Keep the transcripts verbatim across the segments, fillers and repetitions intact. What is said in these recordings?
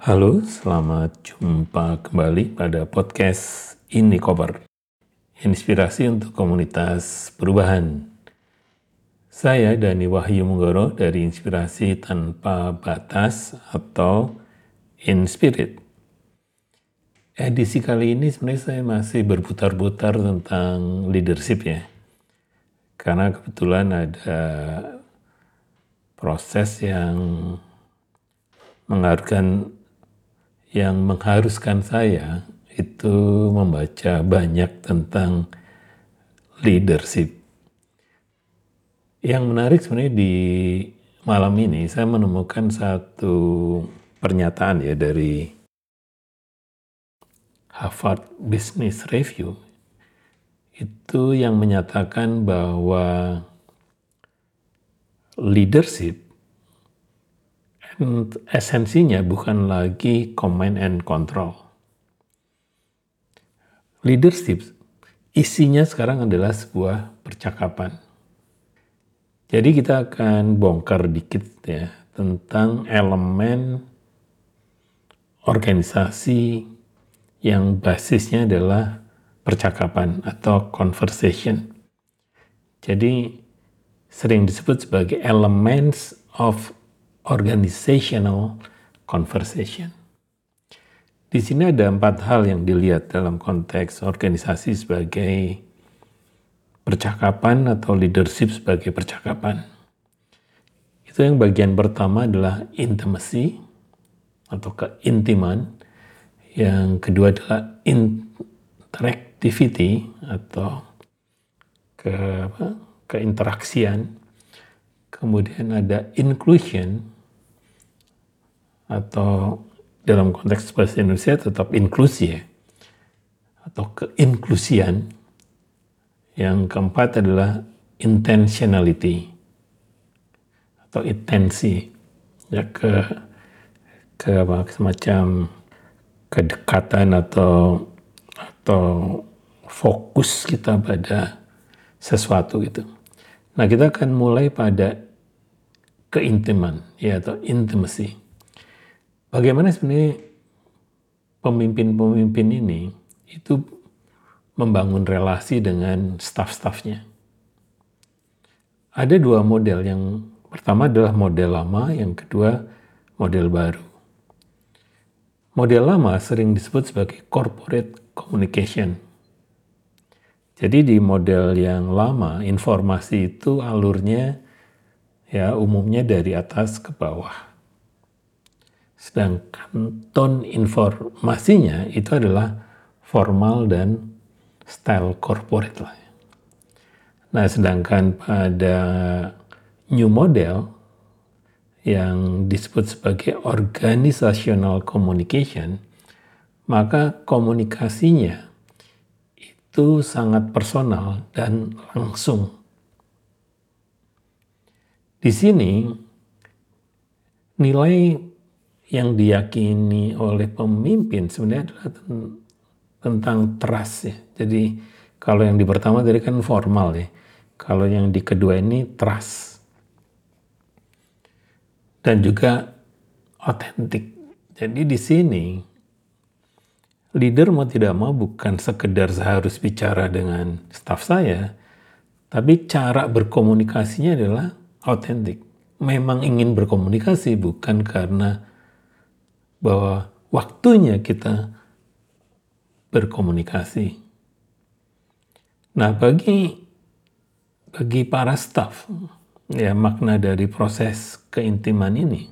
Halo, selamat jumpa kembali pada podcast Ini Koper, inspirasi untuk komunitas perubahan. Saya Dani Wahyu Munggoro dari Inspirasi Tanpa Batas atau Inspirit. Edisi kali ini sebenarnya saya masih berputar-putar tentang leadership ya. Karena kebetulan ada proses yang mengharuskan yang mengharuskan saya itu membaca banyak tentang leadership. Yang menarik sebenarnya di malam ini saya menemukan satu pernyataan ya dari Harvard Business Review itu yang menyatakan bahwa leadership esensinya bukan lagi command and control. Leadership isinya sekarang adalah sebuah percakapan. Jadi kita akan bongkar dikit ya tentang elemen organisasi yang basisnya adalah percakapan atau conversation. Jadi sering disebut sebagai elements of organizational conversation. Di sini ada empat hal yang dilihat dalam konteks organisasi sebagai percakapan atau leadership sebagai percakapan. Itu yang bagian pertama adalah intimacy atau keintiman. Yang kedua adalah interactivity atau ke apa, keinteraksian. Kemudian ada inclusion atau dalam konteks bahasa Indonesia tetap inklusi ya, atau keinklusian. Yang keempat adalah intentionality atau intensi, ya ke ke apa, semacam kedekatan atau atau fokus kita pada sesuatu gitu. Nah, kita akan mulai pada keintiman ya atau intimacy. Bagaimana sebenarnya pemimpin-pemimpin ini itu membangun relasi dengan staf-stafnya. Ada dua model, yang pertama adalah model lama, yang kedua model baru. Model lama sering disebut sebagai corporate communication. Jadi di model yang lama, informasi itu alurnya ya umumnya dari atas ke bawah. Sedangkan tone informasinya itu adalah formal dan style corporate lah. Nah, sedangkan pada new model yang disebut sebagai organizational communication, maka komunikasinya itu sangat personal dan langsung. Di sini nilai yang diyakini oleh pemimpin sebenarnya adalah tentang trust ya. Jadi kalau yang di pertama tadi kan formal ya. Kalau yang di kedua ini trust. Dan juga otentik. Jadi di sini leader mau tidak mau bukan sekedar harus bicara dengan staf saya, tapi cara berkomunikasinya adalah otentik. Memang ingin berkomunikasi, bukan karena bahwa waktunya kita berkomunikasi. Nah, bagi bagi para staf, ya makna dari proses keintiman ini,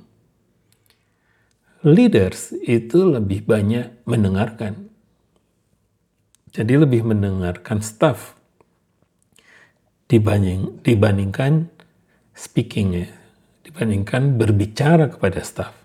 leaders itu lebih banyak mendengarkan. Jadi lebih mendengarkan staf dibanding, dibandingkan speaking ya, dibandingkan berbicara kepada staf.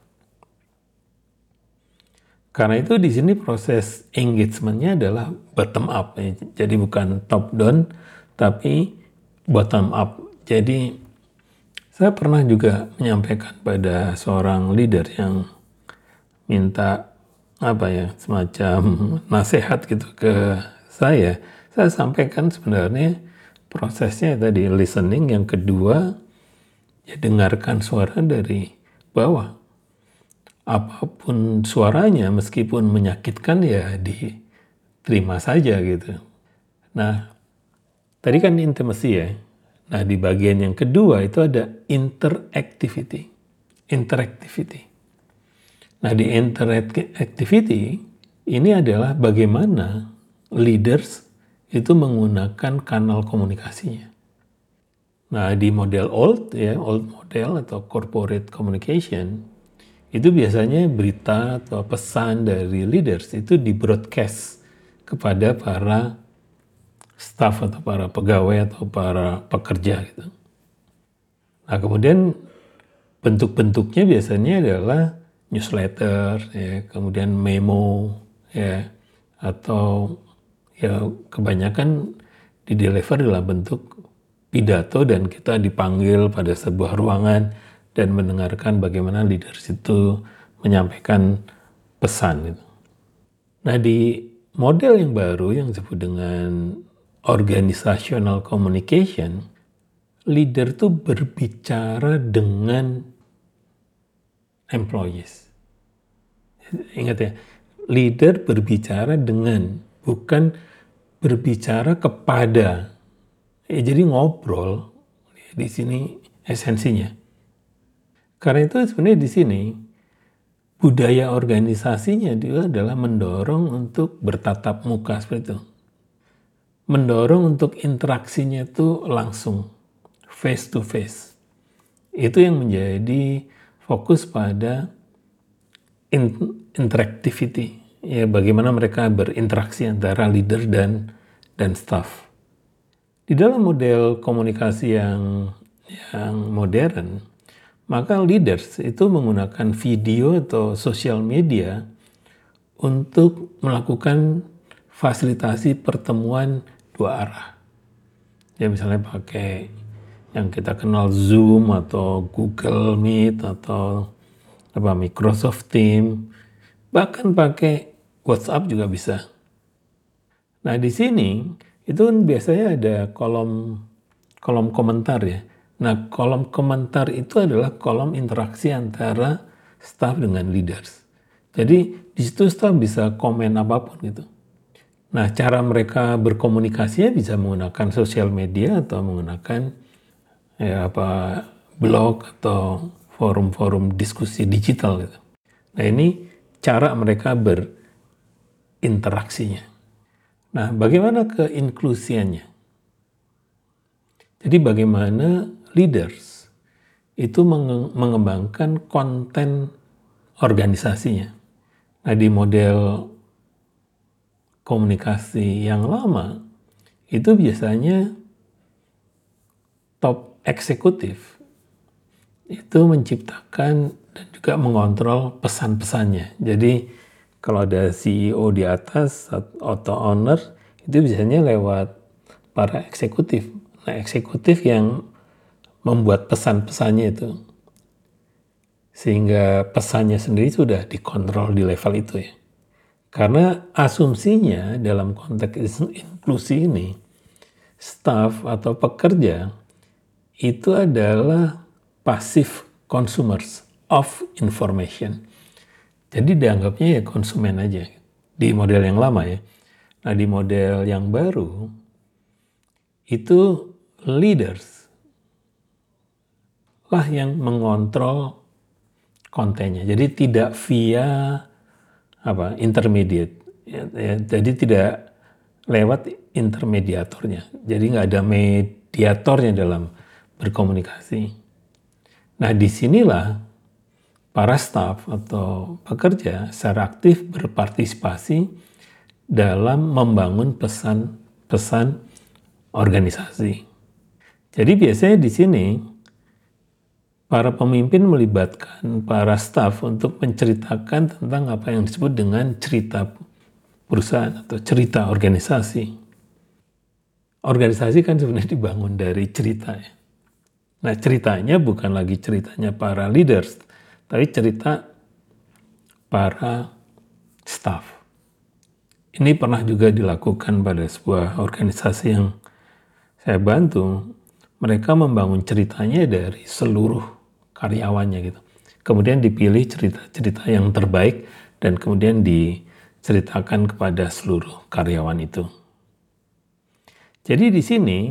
Karena itu di sini proses engagement-nya adalah bottom up, ya. Jadi bukan top down, tapi bottom up. Jadi saya pernah juga menyampaikan pada seorang leader yang minta apa ya semacam nasihat gitu ke saya. Saya sampaikan sebenarnya prosesnya tadi listening, yang kedua ya dengarkan suara dari bawah. apapun suaranya, meskipun menyakitkan ya diterima saja gitu. Nah, tadi kan intimacy ya. Nah, di bagian yang kedua itu ada interactivity. Interactivity. Nah, di interactivity ini adalah bagaimana leaders itu menggunakan kanal komunikasinya. Nah, di model old ya, old model atau corporate communication, itu biasanya berita atau pesan dari leaders itu di broadcast kepada para staff atau para pegawai atau para pekerja gitu. Nah, kemudian bentuk-bentuknya biasanya adalah newsletter, ya, kemudian memo, ya, atau ya kebanyakan di-deliver dalam bentuk pidato dan kita dipanggil pada sebuah ruangan dan mendengarkan bagaimana leaders itu menyampaikan pesan gitu. Nah, di model yang baru yang disebut dengan organizational communication, leader itu berbicara dengan employees. Ingat ya, leader berbicara dengan, bukan berbicara kepada. Ya, jadi ngobrol di sini esensinya. Karena itu sebenarnya di sini budaya organisasinya juga adalah mendorong untuk bertatap muka seperti itu. Mendorong untuk interaksinya itu langsung, face to face. Itu yang menjadi fokus pada interactivity. Ya, bagaimana mereka berinteraksi antara leader dan dan staff. Di dalam model komunikasi yang yang modern, maka leaders itu menggunakan video atau sosial media untuk melakukan fasilitasi pertemuan dua arah. Ya, misalnya pakai yang kita kenal Zoom atau Google Meet atau apa Microsoft Teams, bahkan pakai WhatsApp juga bisa. Nah, di sini itu kan biasanya ada kolom kolom komentar ya. Nah, kolom komentar itu adalah kolom interaksi antara staff dengan leaders. Jadi di situ staff bisa komen apapun gitu. Nah, cara mereka berkomunikasinya bisa menggunakan sosial media atau menggunakan ya apa blog atau forum-forum diskusi digital gitu. Nah, ini cara mereka berinteraksinya. Nah, bagaimana keinklusiannya? Jadi bagaimana leaders itu mengembangkan konten organisasinya. Nah, di model komunikasi yang lama, itu biasanya top eksekutif itu menciptakan dan juga mengontrol pesan-pesannya. Jadi kalau ada C E O di atas atau owner, itu biasanya lewat para eksekutif. Nah, eksekutif yang membuat pesan-pesannya itu. Sehingga pesannya sendiri sudah dikontrol di level itu ya. Karena asumsinya dalam konteks inklusi ini, staff atau pekerja itu adalah passive consumers of information. Jadi dianggapnya ya konsumen aja di model yang lama ya. Nah, di model yang baru itu leaders lah yang mengontrol kontennya. Jadi tidak via apa intermediate. Ya, ya, jadi tidak lewat intermediatornya. Jadi nggak ada mediatornya dalam berkomunikasi. Nah, disinilah para staf atau pekerja secara aktif berpartisipasi dalam membangun pesan-pesan organisasi. Jadi biasanya di sini para pemimpin melibatkan para staf untuk menceritakan tentang apa yang disebut dengan cerita perusahaan atau cerita organisasi. Organisasi kan sebenarnya dibangun dari cerita ya. Nah, ceritanya bukan lagi ceritanya para leaders, tapi cerita para staff. Ini pernah juga dilakukan pada sebuah organisasi yang saya bantu. Mereka membangun ceritanya dari seluruh karyawannya gitu. Kemudian dipilih cerita-cerita yang terbaik dan kemudian diceritakan kepada seluruh karyawan itu. Jadi di sini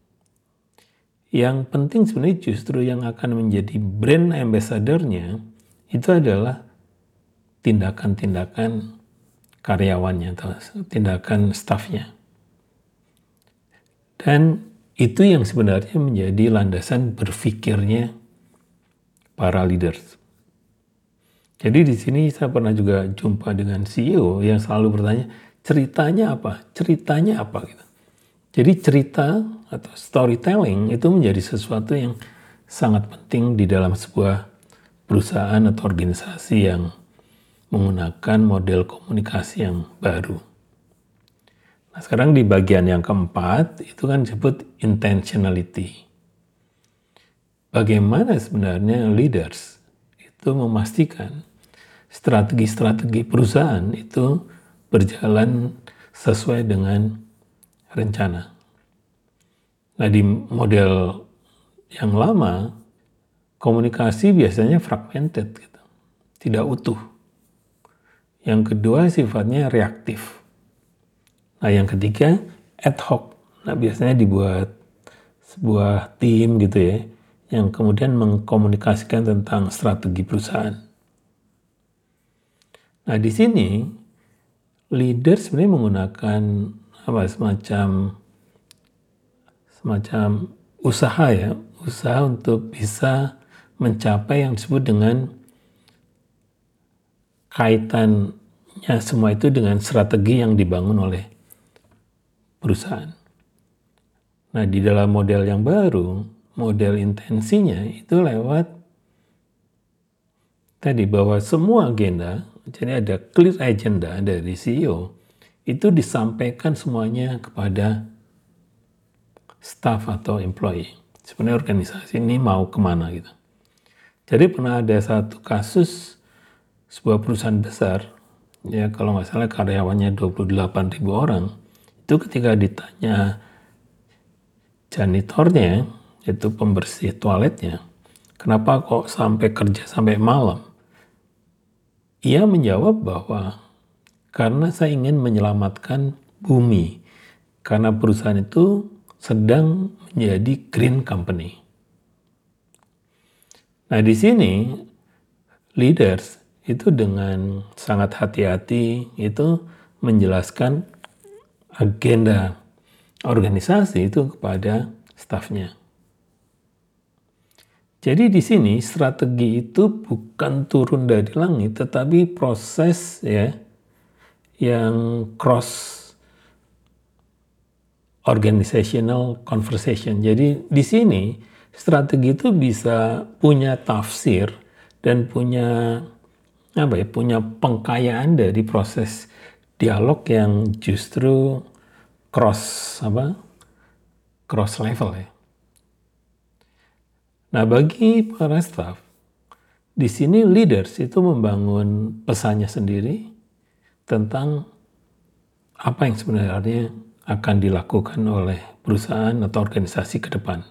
yang penting sebenarnya justru yang akan menjadi brand ambassador-nya itu adalah tindakan-tindakan karyawannya atau tindakan stafnya. Dan itu yang sebenarnya menjadi landasan berpikirnya para leaders. Jadi di sini saya pernah juga jumpa dengan C E O yang selalu bertanya, ceritanya apa? Ceritanya apa? Gitu. Jadi cerita atau storytelling itu menjadi sesuatu yang sangat penting di dalam sebuah perusahaan atau organisasi yang menggunakan model komunikasi yang baru. Nah, sekarang di bagian yang keempat itu kan disebut intentionality. Bagaimana sebenarnya leaders itu memastikan strategi-strategi perusahaan itu berjalan sesuai dengan rencana. Nah, di model yang lama, komunikasi biasanya fragmented, gitu. Tidak utuh. Yang kedua sifatnya reaktif. Nah, yang ketiga ad hoc. Nah, biasanya dibuat sebuah tim gitu ya, yang kemudian mengkomunikasikan tentang strategi perusahaan. Nah, di sini leader sebenarnya menggunakan apa semacam semacam usaha ya, usaha untuk bisa mencapai yang disebut dengan kaitannya semua itu dengan strategi yang dibangun oleh perusahaan. Nah, di dalam model yang baru, model intensinya itu lewat tadi bahwa semua agenda, jadi ada clear agenda dari C E O, itu disampaikan semuanya kepada staff atau employee. Sebenarnya organisasi ini mau kemana gitu. Jadi pernah ada satu kasus sebuah perusahaan besar, ya kalau nggak salah karyawannya dua puluh delapan ribu orang, itu ketika ditanya janitornya, itu pembersih toiletnya, kenapa kok sampai kerja sampai malam? Ia menjawab bahwa karena saya ingin menyelamatkan bumi, karena perusahaan itu sedang menjadi green company. Nah, di sini leaders itu dengan sangat hati-hati itu menjelaskan agenda organisasi itu kepada stafnya. Jadi di sini strategi itu bukan turun dari langit, tetapi proses ya yang cross organizational conversation. Jadi di sini strategi itu bisa punya tafsir dan punya apa ya, punya pengkayaan dari proses dialog yang justru cross apa? cross level ya. Nah, bagi para staff di sini leaders itu membangun pesannya sendiri tentang apa yang sebenarnya akan dilakukan oleh perusahaan atau organisasi ke depan.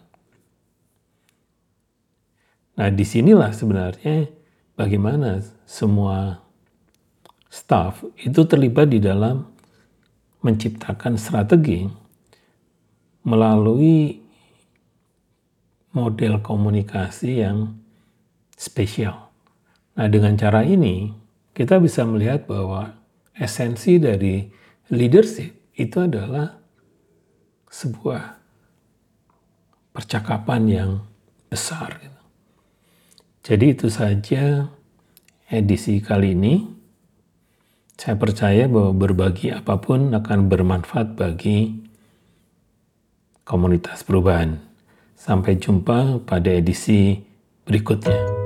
Nah, disinilah sebenarnya bagaimana semua staff itu terlibat di dalam menciptakan strategi melalui model komunikasi yang spesial. Nah, dengan cara ini kita bisa melihat bahwa esensi dari leadership itu adalah sebuah percakapan yang besar. Jadi itu saja edisi kali ini. Saya percaya bahwa berbagi apapun akan bermanfaat bagi komunitas perubahan. Sampai jumpa pada edisi berikutnya.